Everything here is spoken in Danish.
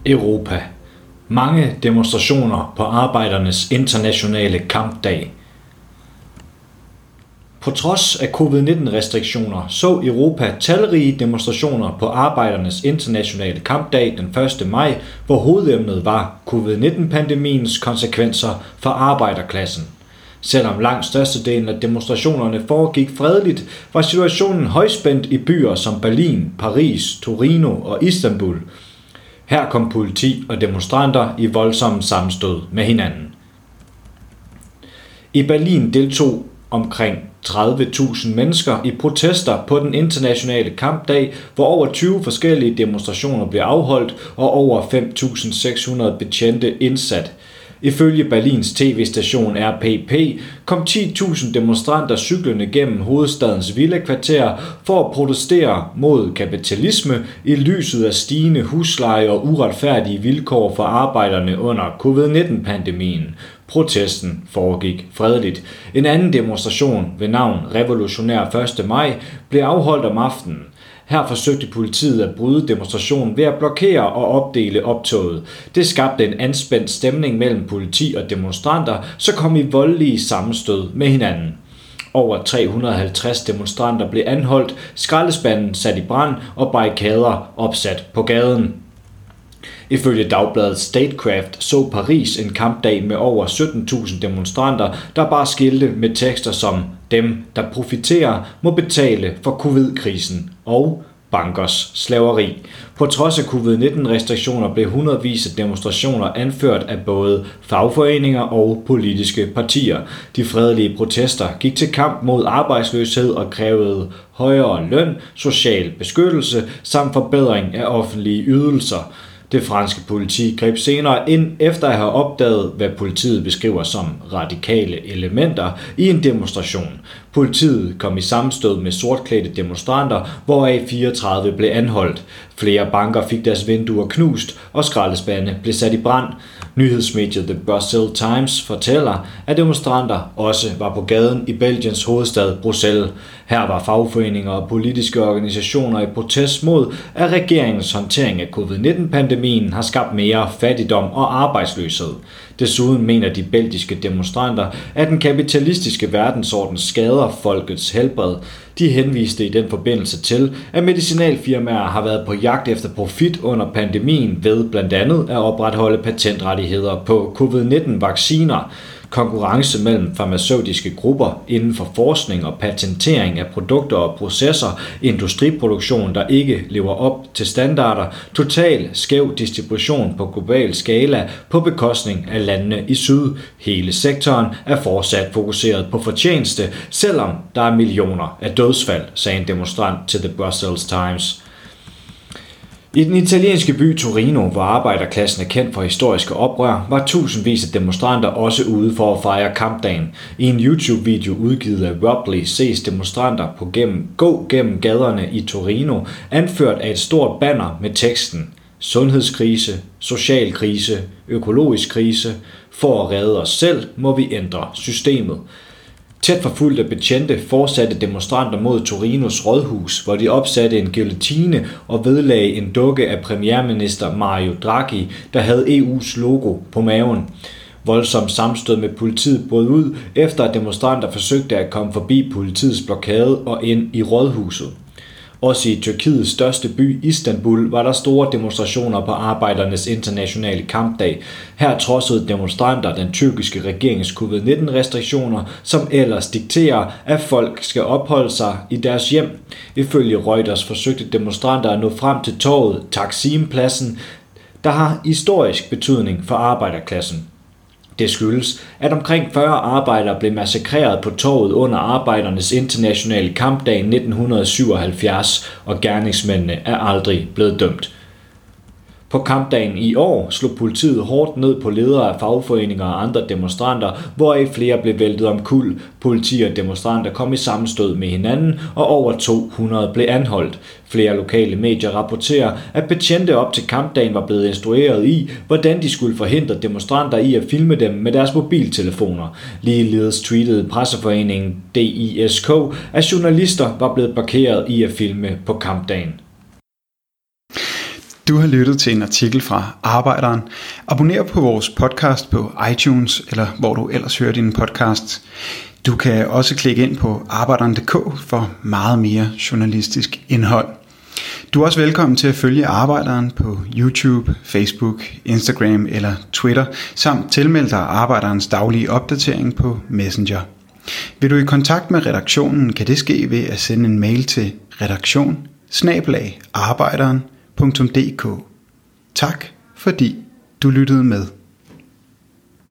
Europa. Mange demonstrationer på Arbejdernes Internationale Kampdag. På trods af covid-19-restriktioner så Europa talrige demonstrationer på Arbejdernes Internationale Kampdag den 1. maj, hvor hovedemnet var covid-19-pandemiens konsekvenser for arbejderklassen. Selvom langt størstedelen af demonstrationerne foregik fredeligt, var situationen højspændt i byer som Berlin, Paris, Torino og Istanbul. Her kom politi og demonstranter i voldsomme sammenstød med hinanden. I Berlin deltog omkring 30.000 mennesker i protester på den internationale kampdag, hvor over 20 forskellige demonstrationer blev afholdt og over 5.600 betjente indsat. Ifølge Berlins tv-station RPP kom 10.000 demonstranter cyklende gennem hovedstadens villakvarter for at protestere mod kapitalisme i lyset af stigende husleje og uretfærdige vilkår for arbejderne under covid-19-pandemien. Protesten foregik fredeligt. En anden demonstration ved navn Revolutionær 1. maj blev afholdt om aftenen. Her forsøgte politiet at bryde demonstrationen ved at blokere og opdele optoget. Det skabte en anspændt stemning mellem politi og demonstranter, så kom i voldelige sammenstød med hinanden. Over 350 demonstranter blev anholdt, skraldespanden sat i brand og barrikader opsat på gaden. Ifølge dagbladet Statecraft så Paris en kampdag med over 17.000 demonstranter, der bar skilte med tekster som "Dem, der profiterer, må betale for covid-krisen" og "Bankers slaveri". På trods af covid-19-restriktioner blev hundredvis af demonstrationer anført af både fagforeninger og politiske partier. De fredelige protester gik til kamp mod arbejdsløshed og krævede højere løn, social beskyttelse samt forbedring af offentlige ydelser. Det franske politi greb senere ind efter at have opdaget, hvad politiet beskriver som radikale elementer i en demonstration. Politiet kom i sammenstød med sortklædte demonstranter, hvoraf 34 blev anholdt. Flere banker fik deres vinduer knust, og skraldespande blev sat i brand. Nyhedsmediet The Brussels Times fortæller, at demonstranter også var på gaden i Belgiens hovedstad Bruxelles. Her var fagforeninger og politiske organisationer i protest mod, at regeringens håndtering af covid-19-pandemien har skabt mere fattigdom og arbejdsløshed. Desuden mener de belgiske demonstranter, at den kapitalistiske verdensorden skader folkets helbred. De henviste i den forbindelse til, at medicinalfirmaer har været på jagt efter profit under pandemien ved blandt andet at opretholde patentrettigheder på covid-19-vacciner. Konkurrence mellem farmaceutiske grupper inden for forskning og patentering af produkter og processer, industriproduktion, der ikke lever op til standarder, total skæv distribution på global skala på bekostning af landene i syd. Hele sektoren er fortsat fokuseret på fortjeneste, selvom der er millioner af dødsfald, sagde en demonstrant til The Brussels Times. I den italienske by Torino, hvor arbejderklassen er kendt for historiske oprør, var tusindvis af demonstranter også ude for at fejre kampdagen. I en YouTube-video udgivet af Robley ses demonstranter gå gennem gaderne i Torino, anført af et stort banner med teksten "Sundhedskrise, social krise, økologisk krise. For at redde os selv må vi ændre systemet". Tæt forfulgt af betjente fortsatte demonstranter mod Torinos rådhus, hvor de opsatte en guillotine og vedlagde en dukke af premierminister Mario Draghi, der havde EU's logo på maven. Voldsom sammenstød med politiet brød ud, efter at demonstranter forsøgte at komme forbi politiets blokade og ind i rådhuset. Også i Tyrkiets største by, Istanbul, var der store demonstrationer på Arbejdernes Internationale Kampdag. Her trodsede demonstranter den tyrkiske regerings covid-19-restriktioner, som ellers dikterer, at folk skal opholde sig i deres hjem. Ifølge Reuters forsøgte demonstranter at nå frem til torvet Taksim-pladsen, der har historisk betydning for arbejderklassen. Det skyldes, at omkring 40 arbejdere blev massakreret på torvet under Arbejdernes Internationale Kampdag 1977, og gerningsmændene er aldrig blevet dømt. På kampdagen i år slog politiet hårdt ned på ledere af fagforeninger og andre demonstranter, hvoraf flere blev væltet omkuld. Politi og demonstranter kom i sammenstød med hinanden, og over 200 blev anholdt. Flere lokale medier rapporterer, at betjente op til kampdagen var blevet instrueret i, hvordan de skulle forhindre demonstranter i at filme dem med deres mobiltelefoner. Ligeledes tweetede presseforeningen DISK, at journalister var blevet blokeret i at filme på kampdagen. Du har lyttet til en artikel fra Arbejderen. Abonner på vores podcast på iTunes, eller hvor du ellers hører dine podcasts. Du kan også klikke ind på arbejderen.dk for meget mere journalistisk indhold. Du er også velkommen til at følge Arbejderen på YouTube, Facebook, Instagram eller Twitter, samt tilmelde dig Arbejderens daglige opdatering på Messenger. Vil du i kontakt med redaktionen, kan det ske ved at sende en mail til redaktion@arbejderen.dk. Tak fordi du lyttede med.